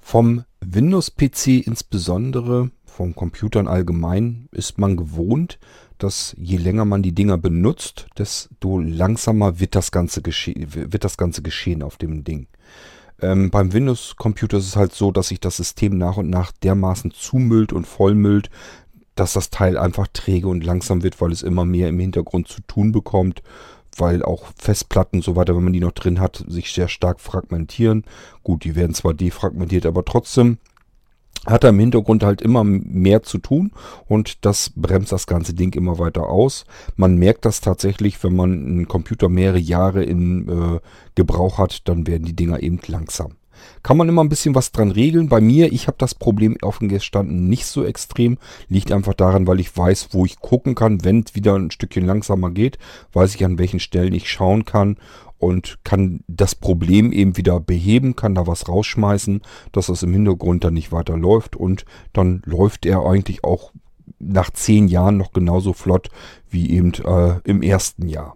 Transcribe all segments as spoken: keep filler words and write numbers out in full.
Vom Windows-P C insbesondere, vom Computern allgemein, ist man gewohnt, dass je länger man die Dinger benutzt, desto langsamer wird das Ganze, gesche wird das Ganze geschehen auf dem Ding. Ähm, beim Windows-Computer ist es halt so, dass sich das System nach und nach dermaßen zumüllt und vollmüllt, dass das Teil einfach träge und langsam wird, weil es immer mehr im Hintergrund zu tun bekommt, weil auch Festplatten und so weiter, wenn man die noch drin hat, sich sehr stark fragmentieren. Gut, die werden zwar defragmentiert, aber trotzdem hat er im Hintergrund halt immer mehr zu tun und das bremst das ganze Ding immer weiter aus. Man merkt das tatsächlich, wenn man einen Computer mehrere Jahre in äh, Gebrauch hat, dann werden die Dinger eben langsam. Kann man immer ein bisschen was dran regeln. Bei mir, ich habe das Problem offen gestanden nicht so extrem. Liegt einfach daran, weil ich weiß, wo ich gucken kann. Wenn es wieder ein Stückchen langsamer geht, weiß ich, an welchen Stellen ich schauen kann und kann das Problem eben wieder beheben, kann da was rausschmeißen, dass das im Hintergrund dann nicht weiter läuft. Und dann läuft er eigentlich auch nach zehn Jahren noch genauso flott wie eben äh, im ersten Jahr.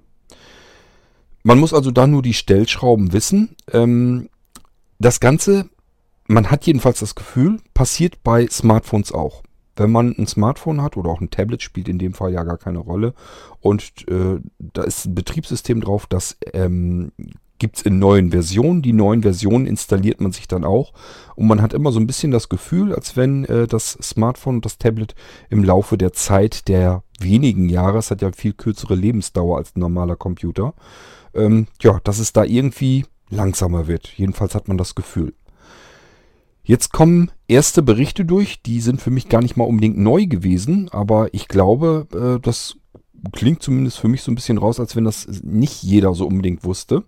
Man muss also da nur die Stellschrauben wissen. Ähm, Das Ganze, man hat jedenfalls das Gefühl, passiert bei Smartphones auch. Wenn man ein Smartphone hat oder auch ein Tablet, spielt in dem Fall ja gar keine Rolle. Und äh, da ist ein Betriebssystem drauf, das ähm, gibt es in neuen Versionen. Die neuen Versionen installiert man sich dann auch. Und man hat immer so ein bisschen das Gefühl, als wenn äh, das Smartphone und das Tablet im Laufe der Zeit der wenigen Jahre, es hat ja viel kürzere Lebensdauer als ein normaler Computer, ähm, ja, dass es da irgendwie langsamer wird. Jedenfalls hat man das Gefühl. Jetzt kommen erste Berichte durch, die sind für mich gar nicht mal unbedingt neu gewesen, aber ich glaube, äh, das klingt zumindest für mich so ein bisschen raus, als wenn das nicht jeder so unbedingt wusste.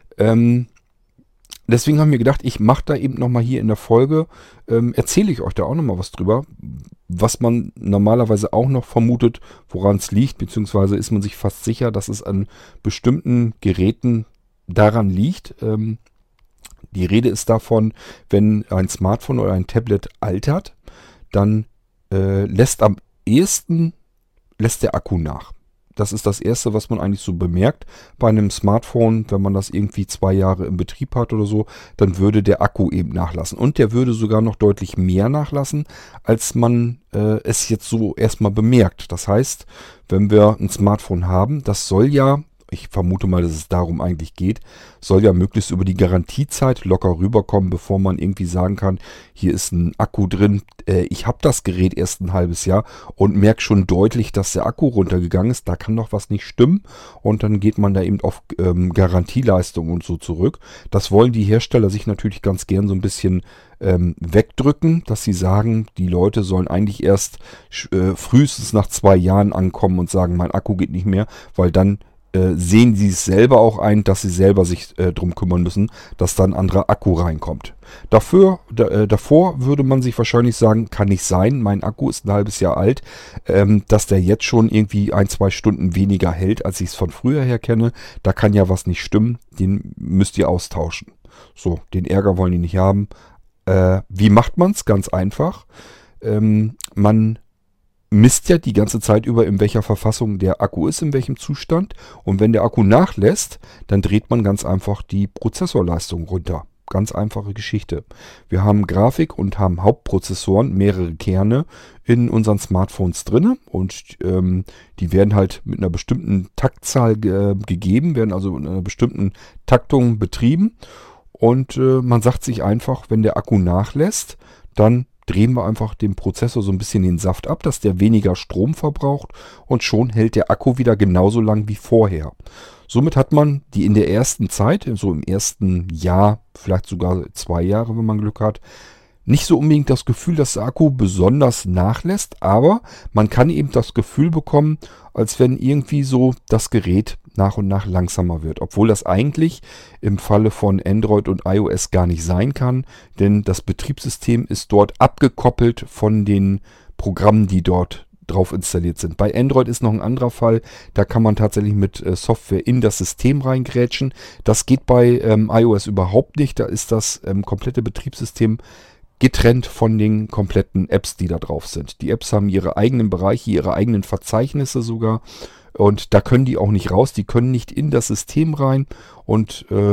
Ähm, deswegen haben wir gedacht, ich mache da eben nochmal hier in der Folge, ähm, erzähle ich euch da auch nochmal was drüber, was man normalerweise auch noch vermutet, woran es liegt, beziehungsweise ist man sich fast sicher, dass es an bestimmten Geräten daran liegt. Ähm, die Rede ist davon, wenn ein Smartphone oder ein Tablet altert, dann äh, lässt am ehesten lässt der Akku nach. Das ist das Erste, was man eigentlich so bemerkt bei einem Smartphone. Wenn man das irgendwie zwei Jahre im Betrieb hat oder so, dann würde der Akku eben nachlassen. Und der würde sogar noch deutlich mehr nachlassen, als man äh, es jetzt so erstmal bemerkt. Das heißt, wenn wir ein Smartphone haben, das soll ja, ich vermute mal, dass es darum eigentlich geht, soll ja möglichst über die Garantiezeit locker rüberkommen, bevor man irgendwie sagen kann, hier ist ein Akku drin, äh, ich habe das Gerät erst ein halbes Jahr und merke schon deutlich, dass der Akku runtergegangen ist, da kann doch was nicht stimmen und dann geht man da eben auf ähm, Garantieleistung und so zurück. Das wollen die Hersteller sich natürlich ganz gern so ein bisschen ähm, wegdrücken, dass sie sagen, die Leute sollen eigentlich erst äh, frühestens nach zwei Jahren ankommen und sagen, mein Akku geht nicht mehr, weil dann sehen sie es selber auch ein, dass sie selber sich äh, drum kümmern müssen, dass da ein anderer Akku reinkommt. Dafür, da, äh, davor würde man sich wahrscheinlich sagen, kann nicht sein, mein Akku ist ein halbes Jahr alt, ähm, dass der jetzt schon irgendwie ein, zwei Stunden weniger hält, als ich es von früher her kenne. Da kann ja was nicht stimmen, den müsst ihr austauschen. So, den Ärger wollen die nicht haben. Äh, wie macht man es? Ganz einfach. Ähm, man misst ja die ganze Zeit über, in welcher Verfassung der Akku ist, in welchem Zustand. Und wenn der Akku nachlässt, dann dreht man ganz einfach die Prozessorleistung runter. Ganz einfache Geschichte. Wir haben Grafik und haben Hauptprozessoren, mehrere Kerne in unseren Smartphones drin und ähm, die werden halt mit einer bestimmten Taktzahl ge gegeben, werden also in einer bestimmten Taktung betrieben. Und äh, man sagt sich einfach, wenn der Akku nachlässt, dann drehen wir einfach dem Prozessor so ein bisschen den Saft ab, dass der weniger Strom verbraucht und schon hält der Akku wieder genauso lang wie vorher. Somit hat man die in der ersten Zeit, so im ersten Jahr, vielleicht sogar zwei Jahre, wenn man Glück hat, nicht so unbedingt das Gefühl, dass der Akku besonders nachlässt, aber man kann eben das Gefühl bekommen, als wenn irgendwie so das Gerät nach und nach langsamer wird. Obwohl das eigentlich im Falle von Android und iOS gar nicht sein kann, denn das Betriebssystem ist dort abgekoppelt von den Programmen, die dort drauf installiert sind. Bei Android ist noch ein anderer Fall, da kann man tatsächlich mit äh, Software in das System reingrätschen. Das geht bei ähm, iOS überhaupt nicht, da ist das ähm, komplette Betriebssystem getrennt von den kompletten Apps, die da drauf sind. Die Apps haben ihre eigenen Bereiche, ihre eigenen Verzeichnisse sogar und da können die auch nicht raus, die können nicht in das System rein und äh,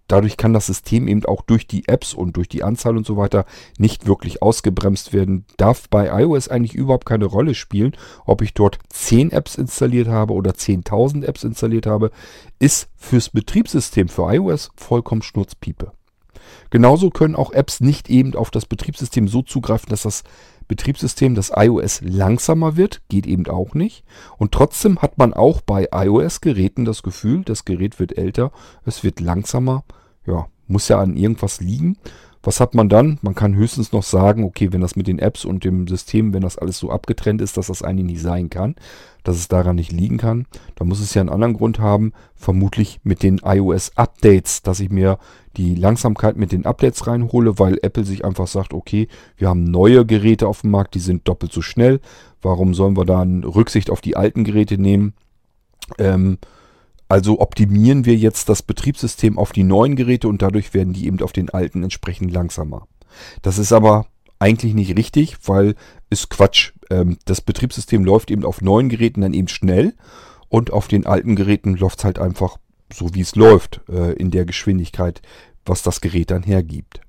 dadurch kann das System eben auch durch die Apps und durch die Anzahl und so weiter nicht wirklich ausgebremst werden. Darf bei iOS eigentlich überhaupt keine Rolle spielen, ob ich dort zehn Apps installiert habe oder zehntausend Apps installiert habe, ist fürs Betriebssystem, für iOS vollkommen Schnurzpiepe. Genauso können auch Apps nicht eben auf das Betriebssystem so zugreifen, dass das Betriebssystem, das iOS langsamer wird, geht eben auch nicht. Und trotzdem hat man auch bei iOS-Geräten das Gefühl, das Gerät wird älter, es wird langsamer. Ja, muss ja an irgendwas liegen. Was hat man dann? Man kann höchstens noch sagen, okay, wenn das mit den Apps und dem System, wenn das alles so abgetrennt ist, dass das eigentlich nicht sein kann, dass es daran nicht liegen kann, dann muss es ja einen anderen Grund haben, vermutlich mit den iOS-Updates, dass ich mir die Langsamkeit mit den Updates reinhole, weil Apple sich einfach sagt, okay, wir haben neue Geräte auf dem Markt, die sind doppelt so schnell, warum sollen wir dann Rücksicht auf die alten Geräte nehmen? Ähm, Also optimieren wir jetzt das Betriebssystem auf die neuen Geräte und dadurch werden die eben auf den alten entsprechend langsamer. Das ist aber eigentlich nicht richtig, weil ist Quatsch. Ähm, das Betriebssystem läuft eben auf neuen Geräten dann eben schnell und auf den alten Geräten läuft es halt einfach so, wie es läuft, äh, in der Geschwindigkeit, was das Gerät dann hergibt.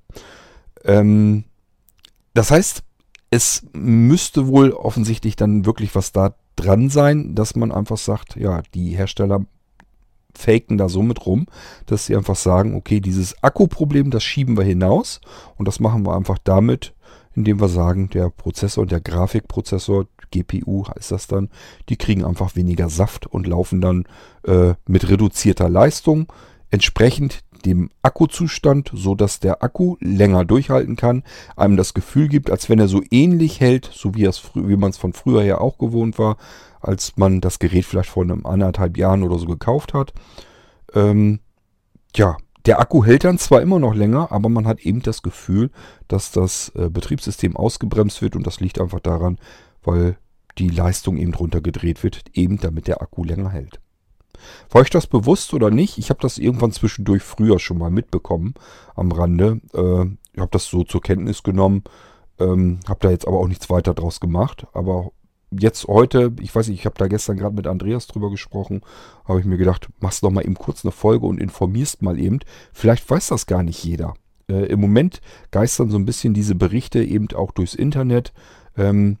Ähm, das heißt, es müsste wohl offensichtlich dann wirklich was da dran sein, dass man einfach sagt, ja, die Hersteller faken da so mit rum, dass sie einfach sagen, okay, dieses Akkuproblem, das schieben wir hinaus und das machen wir einfach damit, indem wir sagen, der Prozessor und der Grafikprozessor, G P U heißt das dann, die kriegen einfach weniger Saft und laufen dann äh, mit reduzierter Leistung entsprechend dem Akkuzustand, so dass der Akku länger durchhalten kann, einem das Gefühl gibt, als wenn er so ähnlich hält, so wie, es, wie man es von früher her auch gewohnt war, als man das Gerät vielleicht vor einem anderthalb Jahren oder so gekauft hat. Ähm, ja, der Akku hält dann zwar immer noch länger, aber man hat eben das Gefühl, dass das äh, Betriebssystem ausgebremst wird und das liegt einfach daran, weil die Leistung eben runtergedreht wird, eben damit der Akku länger hält. War euch das bewusst oder nicht? Ich habe das irgendwann zwischendurch früher schon mal mitbekommen am Rande. Äh, ich habe das so zur Kenntnis genommen, ähm, habe da jetzt aber auch nichts weiter draus gemacht. Aber jetzt heute, ich weiß nicht, ich habe da gestern gerade mit Andreas drüber gesprochen, habe ich mir gedacht, machst doch mal eben kurz eine Folge und informierst mal eben. Vielleicht weiß das gar nicht jeder. Äh, im Moment geistern so ein bisschen diese Berichte eben auch durchs Internet. Ähm,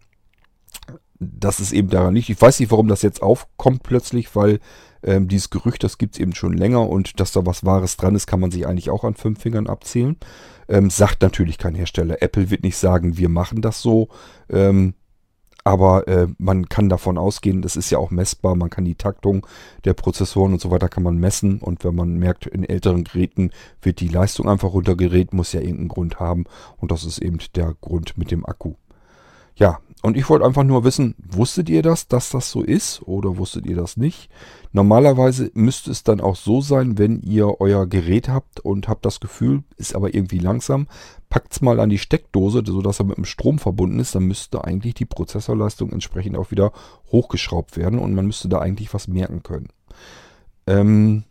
das ist eben daran nicht. Ich weiß nicht, warum das jetzt aufkommt plötzlich, weil ähm, dieses Gerücht, das gibt es eben schon länger und dass da was Wahres dran ist, kann man sich eigentlich auch an fünf Fingern abzählen. Ähm, sagt natürlich kein Hersteller. Apple wird nicht sagen, wir machen das so. Ähm, aber äh, man kann davon ausgehen, das ist ja auch messbar. Man kann die Taktung der Prozessoren und so weiter kann man messen. Und wenn man merkt, in älteren Geräten wird die Leistung einfach runtergedreht, muss ja irgendeinen Grund haben. Und das ist eben der Grund mit dem Akku. Ja, und ich wollte einfach nur wissen, wusstet ihr das, dass das so ist oder wusstet ihr das nicht? Normalerweise müsste es dann auch so sein, wenn ihr euer Gerät habt und habt das Gefühl, ist aber irgendwie langsam, packt es mal an die Steckdose, sodass er mit dem Strom verbunden ist, dann müsste eigentlich die Prozessorleistung entsprechend auch wieder hochgeschraubt werden und man müsste da eigentlich was merken können. Ähm,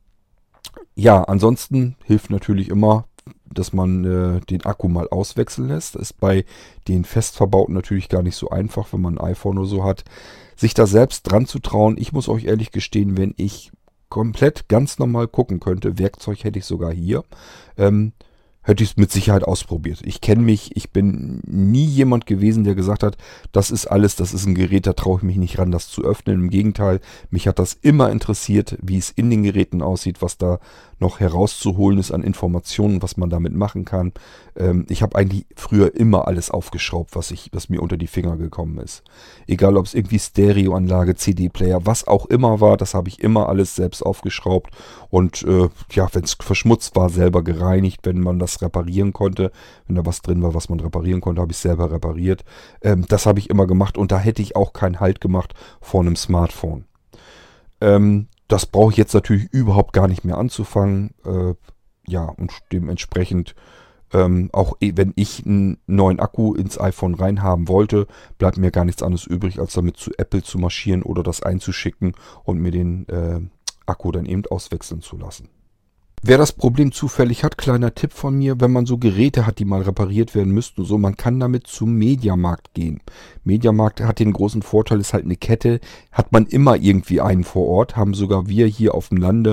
ja, ansonsten hilft natürlich immer, dass man äh, den Akku mal auswechseln lässt. Das ist bei den festverbauten natürlich gar nicht so einfach, wenn man ein iPhone oder so hat, sich da selbst dran zu trauen. Ich muss euch ehrlich gestehen, wenn ich komplett ganz normal gucken könnte, Werkzeug hätte ich sogar hier, ähm, hätte ich es mit Sicherheit ausprobiert. Ich kenne mich, ich bin nie jemand gewesen, der gesagt hat, das ist alles, das ist ein Gerät, da traue ich mich nicht ran, das zu öffnen. Im Gegenteil, mich hat das immer interessiert, wie es in den Geräten aussieht, was da noch herauszuholen ist an Informationen, was man damit machen kann. Ähm, ich habe eigentlich früher immer alles aufgeschraubt, was, ich, was mir unter die Finger gekommen ist. Egal, ob es irgendwie Stereoanlage, C D-Player, was auch immer war, das habe ich immer alles selbst aufgeschraubt und äh, ja, wenn es verschmutzt war, selber gereinigt, wenn man das reparieren konnte. Wenn da was drin war, was man reparieren konnte, habe ich selber repariert. Ähm, das habe ich immer gemacht und da hätte ich auch keinen Halt gemacht vor einem Smartphone. Ähm, das brauche ich jetzt natürlich überhaupt gar nicht mehr anzufangen. Äh, ja, und dementsprechend, ähm, auch wenn ich einen neuen Akku ins iPhone reinhaben wollte, bleibt mir gar nichts anderes übrig, als damit zu Apple zu marschieren oder das einzuschicken und mir den äh, Akku dann eben auswechseln zu lassen. Wer das Problem zufällig hat, kleiner Tipp von mir, wenn man so Geräte hat, die mal repariert werden müssten, so, man kann damit zum Mediamarkt gehen. Mediamarkt hat den großen Vorteil, ist halt eine Kette, hat man immer irgendwie einen vor Ort, haben sogar wir hier auf dem Lande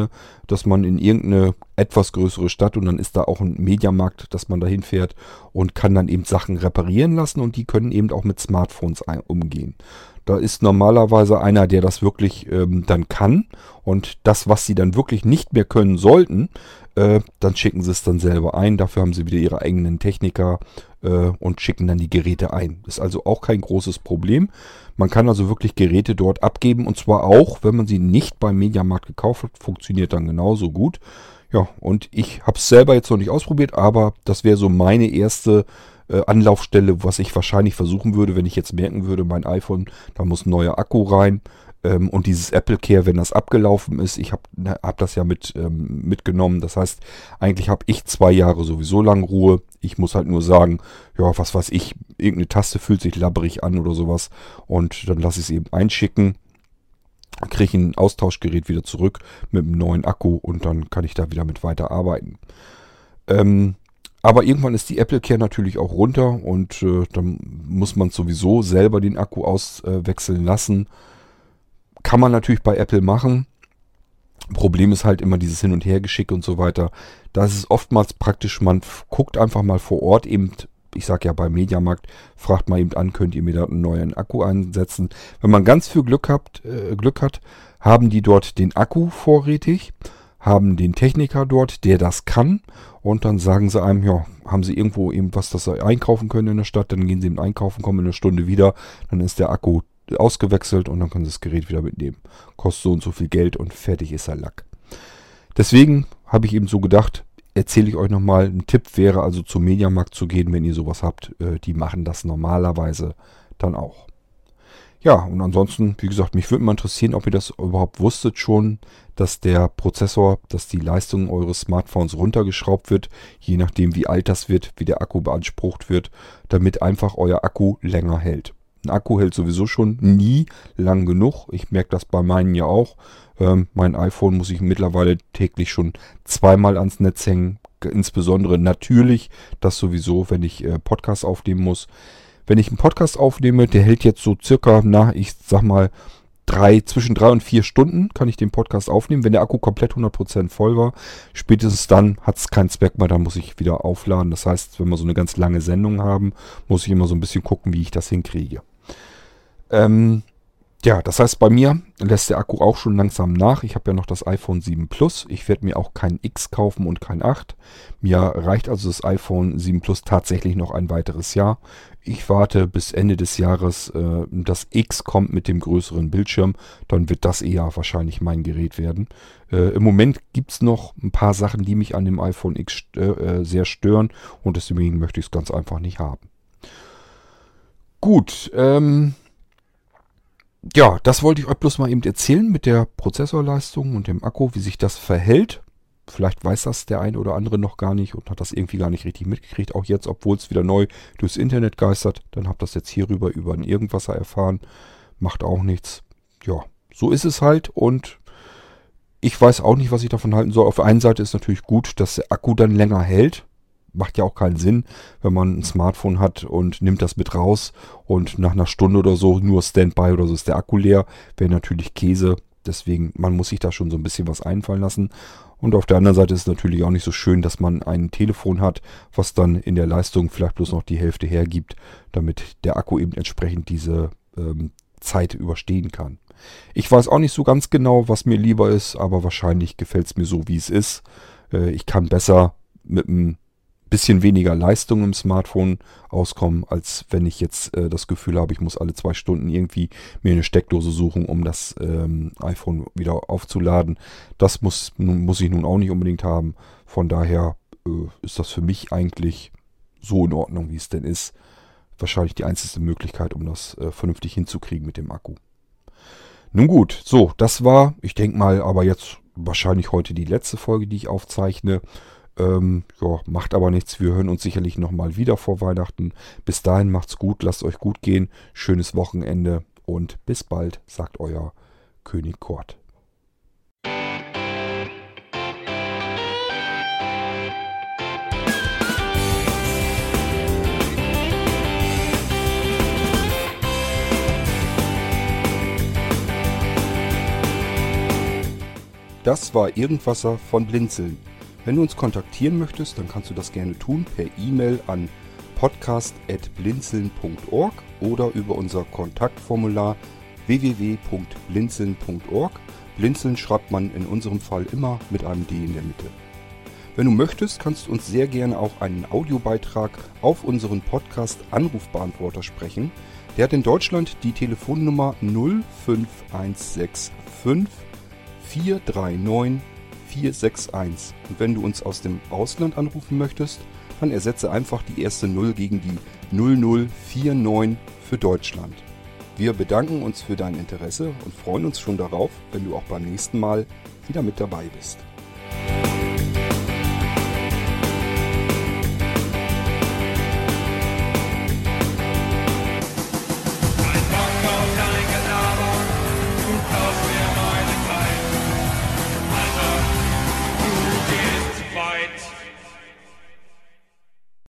dass man in irgendeine etwas größere Stadt und dann ist da auch ein Mediamarkt, dass man da hinfährt und kann dann eben Sachen reparieren lassen und die können eben auch mit Smartphones ein- umgehen. Da ist normalerweise einer, der das wirklich ähm, dann kann und das, was sie dann wirklich nicht mehr können sollten, äh, dann schicken sie es dann selber ein. Dafür haben sie wieder ihre eigenen Techniker äh, und schicken dann die Geräte ein. Ist also auch kein großes Problem. Man kann also wirklich Geräte dort abgeben und zwar auch, wenn man sie nicht beim Mediamarkt gekauft hat, funktioniert dann genauso gut. Ja, und ich habe es selber jetzt noch nicht ausprobiert, aber das wäre so meine erste äh, Anlaufstelle, was ich wahrscheinlich versuchen würde, wenn ich jetzt merken würde, mein iPhone, da muss ein neuer Akku rein. Ähm, und dieses Apple Care, wenn das abgelaufen ist, ich habe hab das ja mit ähm, mitgenommen. Das heißt, eigentlich habe ich zwei Jahre sowieso lang Ruhe. Ich muss halt nur sagen, ja, was weiß ich, irgendeine Taste fühlt sich labberig an oder sowas. Und dann lasse ich es eben einschicken, kriege ich ein Austauschgerät wieder zurück mit einem neuen Akku und dann kann ich da wieder mit weiter arbeiten. Ähm, aber irgendwann ist die Apple Care natürlich auch runter und äh, dann muss man sowieso selber den Akku auswechseln äh, lassen. Kann man natürlich bei Apple machen. Problem ist halt immer dieses Hin- und Hergeschick und so weiter. Da ist es oftmals praktisch, man f- guckt einfach mal vor Ort eben, ich sag ja beim Mediamarkt, fragt mal eben an, könnt ihr mir da einen neuen Akku einsetzen. Wenn man ganz viel Glück hat, äh, Glück hat, haben die dort den Akku vorrätig, haben den Techniker dort, der das kann und dann sagen sie einem, ja, haben sie irgendwo eben was, das sie einkaufen können in der Stadt, dann gehen sie eben einkaufen, kommen in einer Stunde wieder, dann ist der Akku ausgewechselt und dann können sie das Gerät wieder mitnehmen. Kostet so und so viel Geld und fertig ist der Lack. Deswegen habe ich eben so gedacht, erzähle ich euch nochmal, ein Tipp wäre also zum Mediamarkt zu gehen, wenn ihr sowas habt. Äh, die machen das normalerweise dann auch. Ja, und ansonsten, wie gesagt, mich würde mal interessieren, ob ihr das überhaupt wusstet schon, dass der Prozessor, dass die Leistung eures Smartphones runtergeschraubt wird, je nachdem wie alt das wird, wie der Akku beansprucht wird, damit einfach euer Akku länger hält. Ein Akku hält sowieso schon nie lang genug. Ich merke das bei meinen ja auch. Ähm, mein iPhone muss ich mittlerweile täglich schon zweimal ans Netz hängen. Insbesondere natürlich das sowieso, wenn ich äh, Podcasts aufnehmen muss. Wenn ich einen Podcast aufnehme, der hält jetzt so circa, na, ich sag mal, drei, zwischen drei und vier Stunden kann ich den Podcast aufnehmen. Wenn der Akku komplett hundert Prozent voll war, spätestens dann hat es keinen Zweck mehr, dann muss ich wieder aufladen. Das heißt, wenn wir so eine ganz lange Sendung haben, muss ich immer so ein bisschen gucken, wie ich das hinkriege. Ähm, ja, das heißt, bei mir lässt der Akku auch schon langsam nach. Ich habe ja noch das iPhone sieben Plus. Ich werde mir auch kein X kaufen und kein acht. Mir reicht also das iPhone sieben Plus tatsächlich noch ein weiteres Jahr. Ich warte bis Ende des Jahres. Äh, das X kommt mit dem größeren Bildschirm. Dann wird das eher wahrscheinlich mein Gerät werden. Äh, Im Moment gibt es noch ein paar Sachen, die mich an dem iPhone X stö- äh, sehr stören. Und deswegen möchte ich es ganz einfach nicht haben. Gut, ähm... ja, das wollte ich euch bloß mal eben erzählen mit der Prozessorleistung und dem Akku, wie sich das verhält. Vielleicht weiß das der eine oder andere noch gar nicht und hat das irgendwie gar nicht richtig mitgekriegt. Auch jetzt, obwohl es wieder neu durchs Internet geistert. Dann habt ihr das jetzt hierüber über ein Irgendwasser erfahren. Macht auch nichts. Ja, so ist es halt und ich weiß auch nicht, was ich davon halten soll. Auf der einen Seite ist natürlich gut, dass der Akku dann länger hält. Macht ja auch keinen Sinn, wenn man ein Smartphone hat und nimmt das mit raus und nach einer Stunde oder so nur Standby oder so ist der Akku leer. Wäre natürlich Käse. Deswegen, man muss sich da schon so ein bisschen was einfallen lassen. Und auf der anderen Seite ist es natürlich auch nicht so schön, dass man ein Telefon hat, was dann in der Leistung vielleicht bloß noch die Hälfte hergibt, damit der Akku eben entsprechend diese ähm, Zeit überstehen kann. Ich weiß auch nicht so ganz genau, was mir lieber ist, aber wahrscheinlich gefällt es mir so, wie es ist. Äh, ich kann besser mit einem bisschen weniger Leistung im Smartphone auskommen, als wenn ich jetzt äh, das Gefühl habe, ich muss alle zwei Stunden irgendwie mir eine Steckdose suchen, um das ähm, iPhone wieder aufzuladen. Das muss, nun, muss ich nun auch nicht unbedingt haben. Von daher äh, ist das für mich eigentlich so in Ordnung, wie es denn ist. Wahrscheinlich die einzige Möglichkeit, um das äh, vernünftig hinzukriegen mit dem Akku. Nun gut, so, das war, ich denke mal, aber jetzt wahrscheinlich heute die letzte Folge, die ich aufzeichne. Ähm, ja, macht aber nichts. Wir hören uns sicherlich nochmal wieder vor Weihnachten. Bis dahin macht's gut, lasst euch gut gehen. Schönes Wochenende und bis bald, sagt euer König Kurt. Das war Irgendwasser von Blinzeln. Wenn du uns kontaktieren möchtest, dann kannst du das gerne tun per E-Mail an podcast at blinzeln punkt org oder über unser Kontaktformular w w w punkt blinzeln punkt org. Blinzeln schreibt man in unserem Fall immer mit einem D in der Mitte. Wenn du möchtest, kannst du uns sehr gerne auch einen Audiobeitrag auf unseren Podcast Anrufbeantworter sprechen. Der hat in Deutschland die Telefonnummer null fünf eins sechs fünf vier drei neun vier sechs eins. Und wenn du uns aus dem Ausland anrufen möchtest, dann ersetze einfach die erste null gegen die null null vier neun für Deutschland. Wir bedanken uns für dein Interesse und freuen uns schon darauf, wenn du auch beim nächsten Mal wieder mit dabei bist.